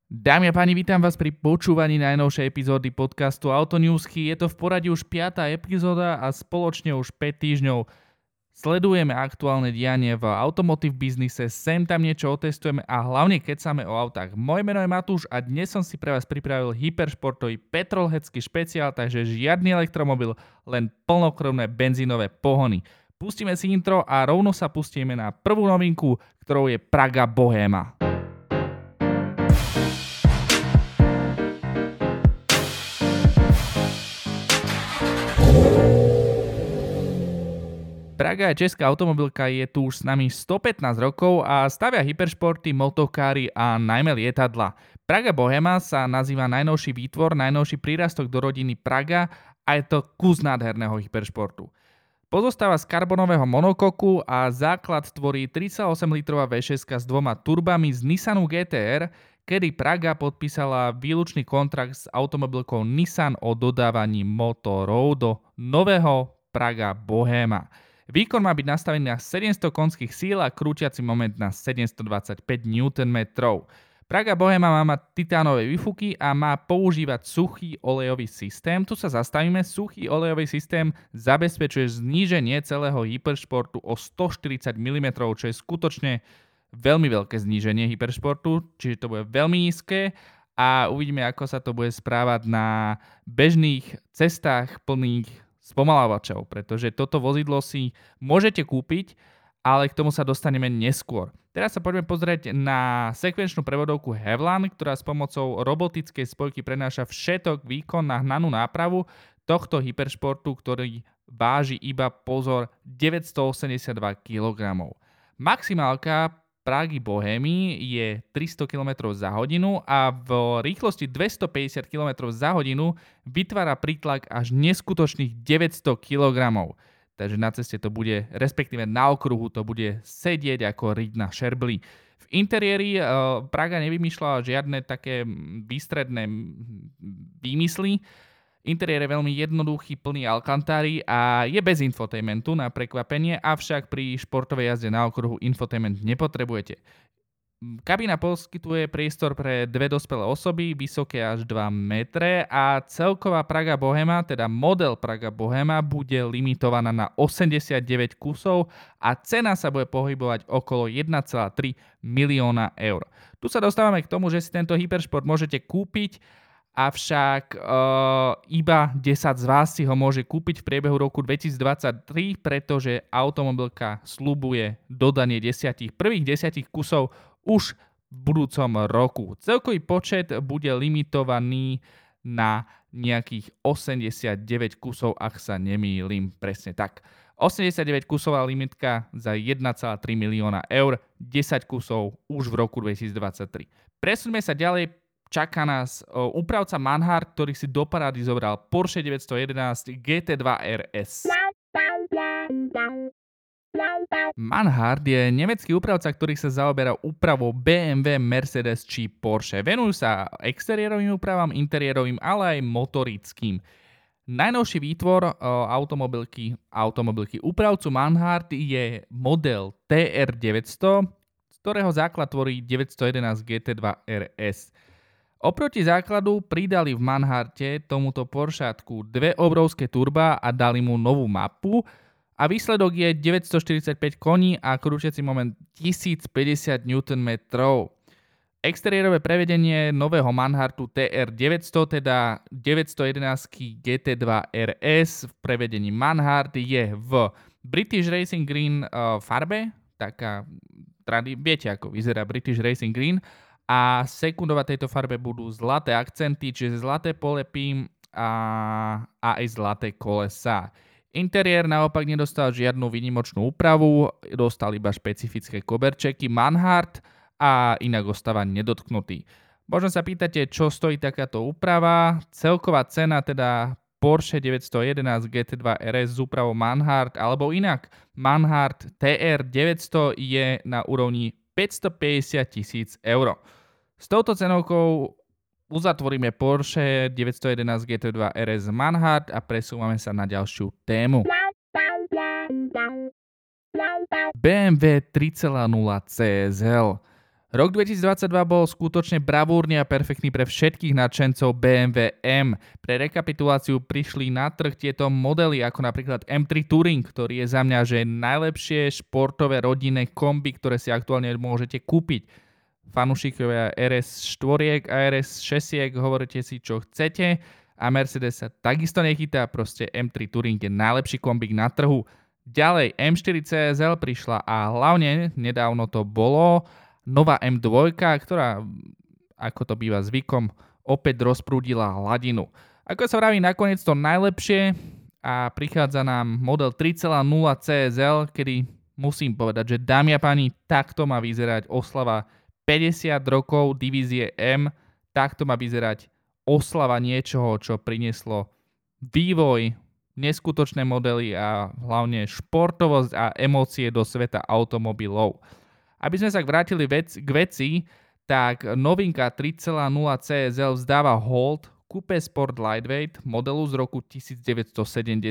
Dámy a páni, vítam vás pri počúvaní najnovšej epizódy podcastu Autonewsky. Je to v poradí už 5. epizóda a spoločne už 5 týždňov sledujeme aktuálne dianie v automotive biznise, sem tam niečo otestujeme a hlavne kecáme o autách. Moje meno je Matúš a dnes som si pre vás pripravil hyperšportový petrolheadský špeciál, takže žiadny elektromobil, len plnokrvné benzínové pohony. Pustíme si intro a rovno sa pustíme na prvú novinku, ktorou je Praga Bohéma. Praga česká automobilka je tu už s nami 115 rokov a stavia hyperšporty, motokáry a najmä lietadla. Praga Bohéma sa nazýva najnovší výtvor, najnovší prírastok do rodiny Praga a je to kus nádherného hyperšportu. Pozostáva z karbonového monokoku a základ tvorí 3,8 litrová V6 s dvoma turbami z Nissanu GT-R, kedy Praga podpísala výlučný kontrakt s automobilkou Nissan o dodávaní motorov do nového Praga Bohéma. Výkon má byť nastavený na 700 konských síl a krútiaci moment na 725 Nm. Praga Bohéma má mať titánové výfuky a má používať suchý olejový systém. Tu sa zastavíme. Suchý olejový systém zabezpečuje zníženie celého hyperšportu o 140 mm, čo je skutočne veľmi veľké zníženie hyperšportu, čiže to bude veľmi nízke a uvidíme, ako sa to bude správať na bežných cestách plných spomaľovačov, pretože toto vozidlo si môžete kúpiť, ale k tomu sa dostaneme neskôr. Teraz sa poďme pozrieť na sekvenčnú prevodovku Hevlan, ktorá s pomocou robotickej spojky prenáša všetok výkon na hnanú nápravu tohto hyperšportu, ktorý váži iba pozor 982 kg. Maximálka Pragy Bohémy je 300 km za hodinu a v rýchlosti 250 km za hodinu vytvára prítlak až neskutočných 900 kg. Takže na ceste to bude, respektíve na okruhu to bude sedieť ako riť na šerbli. V interiéri Praga nevymýšľala žiadne také výstredné výmysly. Interiér je veľmi jednoduchý, plný alkantári a je bez infotainmentu na prekvapenie, avšak pri športovej jazde na okruhu infotainment nepotrebujete. Kabína poskytuje priestor pre dve dospelé osoby, vysoké až 2 metre a celková Praga Bohéma, teda model Praga Bohéma, bude limitovaná na 89 kusov a cena sa bude pohybovať okolo 1,3 milióna eur. Tu sa dostávame k tomu, že si tento hyperšport môžete kúpiť, avšak iba 10 z vás si ho môže kúpiť v priebehu roku 2023, pretože automobilka sľubuje dodanie prvých 10 kusov už v budúcom roku. Celkový počet bude limitovaný na nejakých 89 kusov, ak sa nemýlim, presne tak. 89 kusová limitka za 1,3 milióna eur, 10 kusov už v roku 2023. Presuňme sa ďalej. Čaká nás úpravca Manhart, ktorý si do parády zobral Porsche 911 GT2 RS. Manhart je nemecký úpravca, ktorý sa zaoberá úpravou BMW, Mercedes či Porsche. Venujú sa exteriérovým úpravám, interiérovým, ale aj motorickým. Najnovší výtvor automobilky úpravcu Manhart je model TR900, z ktorého základ tvorí 911 GT2 RS. Oproti základu pridali v Manharte tomuto Porschátku dve obrovské turba a dali mu novú mapu a výsledok je 945 koní a krútiaci moment 1050 Nm. Exteriérové prevedenie nového Manhartu TR900, teda 911 GT2 RS v prevedení Manhart je v British Racing Green farbe, taká, viete ako vyzerá British Racing Green, a sekundovať tejto farbe budú zlaté akcenty, čiže zlaté polepy a aj zlaté kolesá. Interiér naopak nedostal žiadnu výnimočnú úpravu, dostal iba špecifické koberčeky Manhart a inak ostáva nedotknutý. Možno sa pýtate, čo stojí takáto úprava. Celková cena teda Porsche 911 GT2 RS s úpravou Manhart alebo inak Manhart TR900 je na úrovni 550 000 eur. S touto cenovkou uzatvoríme Porsche 911 GT2 RS Manhart a presúvame sa na ďalšiu tému. BMW 3.0 CSL. Rok 2022 bol skutočne bravúrny a perfektný pre všetkých nadšencov BMW M. Pre rekapituláciu prišli na trh tieto modely ako napríklad M3 Touring, ktorý je za mňa že najlepšie športové rodinné kombi, ktoré si aktuálne môžete kúpiť. Fanúšikovia RS4 a RS6 hovoríte si čo chcete a Mercedes sa takisto nechytá, proste M3 Touring je najlepší kombík na trhu. Ďalej M4 CSL prišla a hlavne nedávno to bolo nová M2, ktorá, ako to býva zvykom, opäť rozprúdila hladinu. Ako sa vraví, nakoniec to najlepšie a prichádza nám model 3.0 CSL, kedy musím povedať, že dámy a páni, takto má vyzerať oslava 50 rokov divízie M, takto má vyzerať oslava niečoho, čo prinieslo vývoj, neskutočné modely a hlavne športovosť a emócie do sveta automobilov. Aby sme sa vrátili k veci, tak novinka 3.0 CSL vzdáva hold Coupe Sport Lightweight modelu z roku 1970.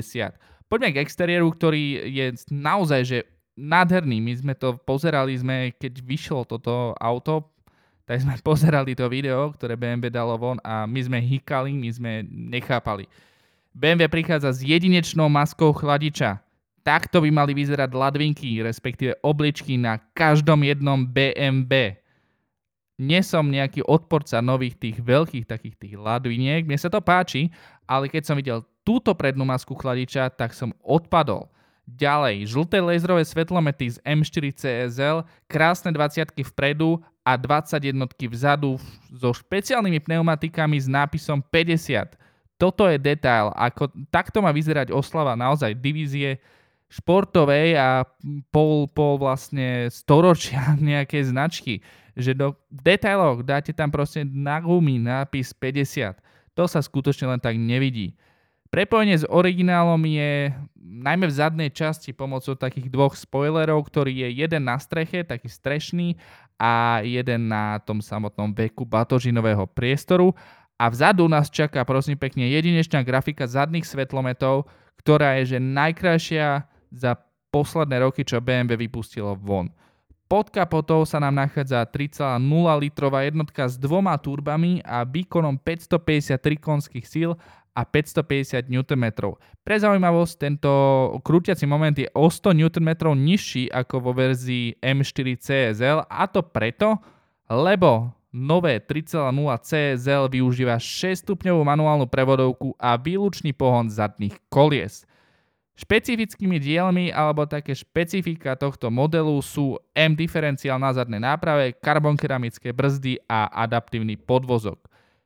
Poďme k exteriéru, ktorý je naozaj že nádherný. My sme to pozerali, keď vyšlo toto auto, tak sme pozerali to video, ktoré BMW dalo von a my sme hýkali, my sme nechápali. BMW prichádza s jedinečnou maskou chladiča. Takto by mali vyzerať ladvinky, respektíve obličky na každom jednom BMW. Nie som nejaký odporca nových tých veľkých takých tých ladviniek, mne sa to páči, ale keď som videl túto prednú masku chladiča, tak som odpadol. Ďalej, žlté laserové svetlomety z M4 CSL, krásne 20-ky vpredu a 21-ky vzadu so špeciálnymi pneumatikami s nápisom 50. Toto je detail, ako takto má vyzerať oslava naozaj divízie športovej a pol vlastne storočia nejakej značky. Že do detailoch dáte tam proste na gumi nápis 50. To sa skutočne len tak nevidí. Prepojenie s originálom je najmä v zadnej časti pomocou takých dvoch spoilerov, ktorý je jeden na streche, taký strešný, a jeden na tom samotnom veku batožinového priestoru. A vzadu nás čaká prosím pekne jedinečná grafika zadných svetlometov, ktorá je že najkrajšia za posledné roky, čo BMW vypustilo von. Pod kapotou sa nám nachádza 3.0 litrová jednotka s dvoma turbami a výkonom 553 konských síl a 550 Nm. Pre zaujímavosť, tento krútiaci moment je o 100 Nm nižší ako vo verzii M4 CSL, a to preto, lebo nové 3.0 CSL využíva 6-stupňovú manuálnu prevodovku a výlučný pohon zadných kolies. Špecifickými dielmi alebo také špecifika tohto modelu sú M diferenciál na zadnej náprave, karbonkeramické brzdy a adaptívny podvozok.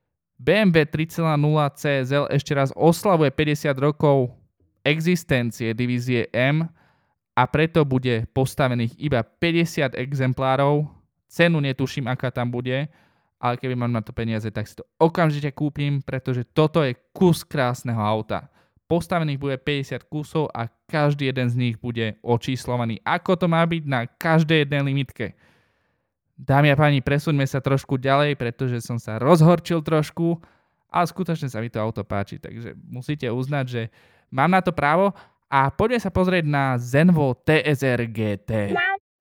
BMW 3.0 CSL ešte raz oslavuje 50 rokov existencie divízie M a preto bude postavených iba 50 exemplárov. Cenu netuším, aká tam bude, ale keby mám na to peniaze, tak si to okamžite kúpim, pretože toto je kus krásneho auta. Postavených bude 50 kusov a každý jeden z nich bude očíslovaný, ako to má byť na každej jednej limitke. Dámy a páni, presuňme sa trošku ďalej, pretože som sa rozhorčil trošku, ale skutočne sa mi to auto páči, takže musíte uznať, že mám na to právo. A poďme sa pozrieť na Zenvo TSR GT.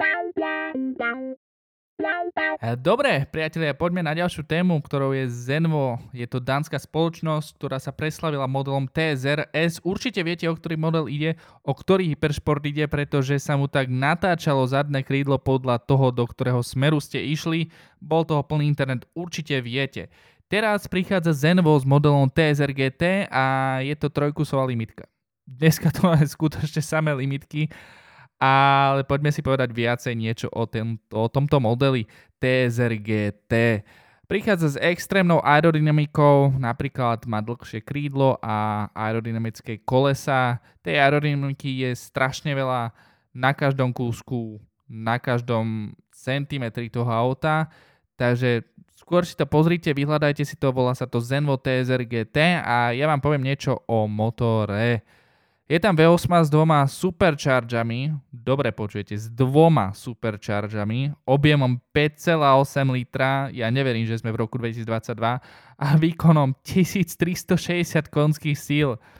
Dobre, priatelia, poďme na ďalšiu tému, ktorou je Zenvo. Je to dánska spoločnosť, ktorá sa preslavila modelom TSR S. Určite viete, o ktorý model ide, o ktorý hyperšport ide, pretože sa mu tak natáčalo zadné krídlo podľa toho, do ktorého smeru ste išli. Bol toho plný internet, určite viete. Teraz prichádza Zenvo s modelom TSR GT a je to trojkusová limitka. Dneska to máme skutočne samé limitky, ale poďme si povedať viacej niečo o tomto modeli TSR GT. Prichádza s extrémnou aerodynamikou, napríklad má dlhšie krídlo a aerodynamické kolesa. Tej aerodynamiky je strašne veľa na každom kúsku, na každom centimetri toho auta, takže skôr si to pozrite, vyhľadajte si to, volá sa to Zenvo TSR GT a ja vám poviem niečo o motore. Je tam V8 s dvoma superchargami, dobre počujete, s dvoma superchargami, objemom 5,8 litra, ja neverím, že sme v roku 2022, a výkonom 1360 konských síl.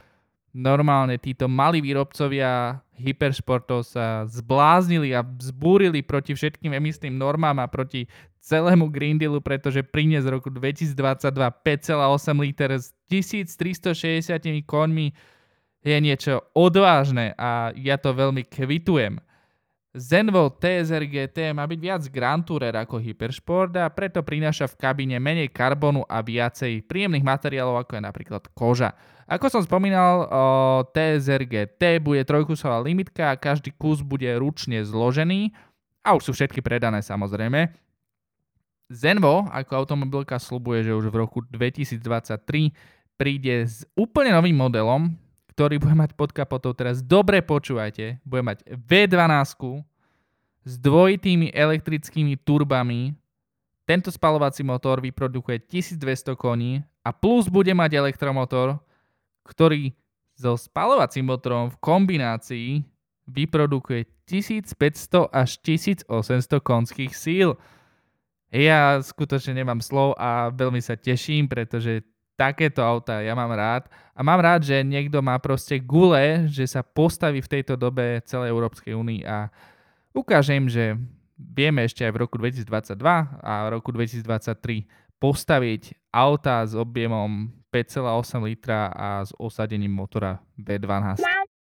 Normálne títo malí výrobcovia hyperšportov sa zbláznili a vzbúrili proti všetkým emisným normám a proti celému Green Dealu, pretože priniesť v roku 2022 5,8 liter s 1360 koňmi je niečo odvážne a ja to veľmi kvitujem. Zenvo TSR GT má byť viac Grand Tourer ako Hypersport a preto prináša v kabíne menej karbonu a viacej príjemných materiálov ako je napríklad koža. Ako som spomínal, TSR GT bude trojkusová limitka a každý kus bude ručne zložený a už sú všetky predané samozrejme. Zenvo ako automobilka sľubuje, že už v roku 2023 príde s úplne novým modelom, ktorý bude mať pod kapotou, teraz dobre počúvajte, bude mať V12 s dvojitými elektrickými turbami. Tento spaľovací motor vyprodukuje 1200 koní a plus bude mať elektromotor, ktorý so spaľovacím motorom v kombinácii vyprodukuje 1500 až 1800 konských síl. Ja skutočne nemám slov a veľmi sa teším, pretože takéto autá ja mám rád a mám rád, že niekto má proste gule, že sa postaví v tejto dobe celej Európskej únii a ukáže im, že vieme ešte aj v roku 2022 a v roku 2023 postaviť autá s objemom 5,8 litra a s osadením motora V12.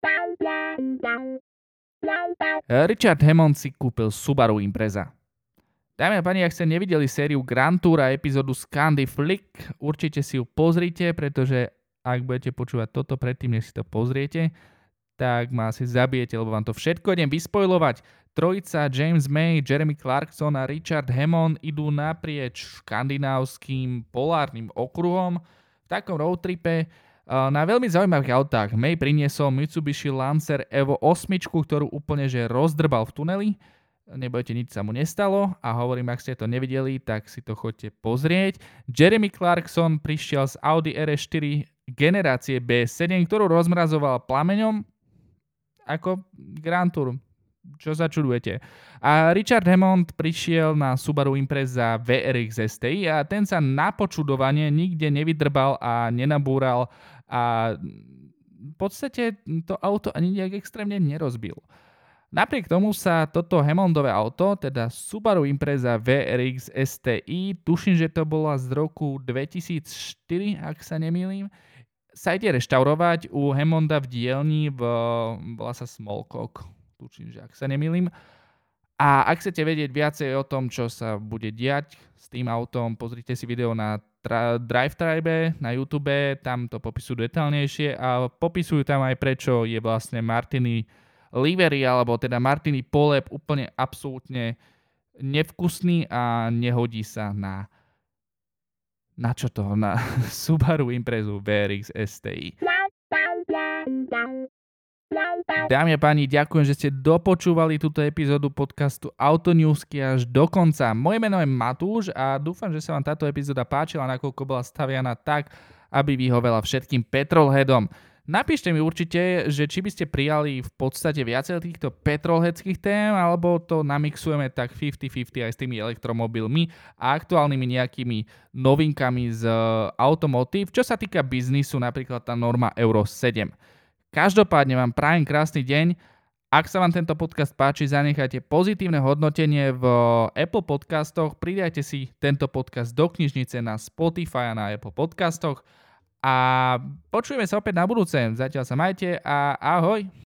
Richard Hammond si kúpil Subaru Impreza. Dámy a páni, ak ste nevideli sériu Grand Tour a epizódu Scandi Flick, určite si ju pozrite, pretože ak budete počúvať toto predtým, než si to pozriete, tak ma asi zabijete, lebo vám to všetko idem vyspojlovať. Trojica James May, Jeremy Clarkson a Richard Hammond idú naprieč škandinávskym polárnym okruhom v takom roadtripe na veľmi zaujímavých autách. May priniesol Mitsubishi Lancer Evo 8, ktorú úplne že rozdrbal v tuneli. Nebojte, nič sa mu nestalo a hovorím, ak ste to nevideli, tak si to choďte pozrieť. Jeremy Clarkson prišiel z Audi RS4 generácie B7, ktorú rozmrazoval plameňom ako Grand Tour. Čo sa čudujete? A Richard Hammond prišiel na Subaru Impreza VRX STI a ten sa na počudovanie nikde nevydrbal a nenabúral a v podstate to auto ani nejak extrémne nerozbil. Napriek tomu sa toto Hammondové auto, teda Subaru Impreza VRX STI, tuším, že to bola z roku 2004, ak sa nemýlim, sa ide reštaurovať u Hammonda v dielni, volá sa Smallcock, tuším, že ak sa nemýlim. A ak chcete vedieť viacej o tom, čo sa bude diať s tým autom, pozrite si video na Drive Tribe na YouTube, tam to popisujú detailnejšie a popisujú tam aj prečo je vlastne Martini livery, alebo teda Martini polep úplne absolútne nevkusný a nehodí sa na čo to? Na Subaru Imprezu VRX STI. Dámy a páni, ďakujem, že ste dopočúvali túto epizódu podcastu Autonewsky až do konca. Moje meno je Matúš a dúfam, že sa vám táto epizóda páčila, nakoľko bola stavianá tak, aby vyhovela všetkým petrolheadom. Napíšte mi určite, že či by ste prijali v podstate viacej týchto petrolheadských tém, alebo to namixujeme tak 50-50 aj s tými elektromobilmi a aktuálnymi nejakými novinkami z automotív, čo sa týka biznisu, napríklad tá norma Euro 7. Každopádne vám prajem krásny deň. Ak sa vám tento podcast páči, zanechajte pozitívne hodnotenie v Apple podcastoch, pridajte si tento podcast do knižnice na Spotify a na Apple podcastoch. A počujeme sa opäť na budúce. Zatiaľ sa majte a ahoj.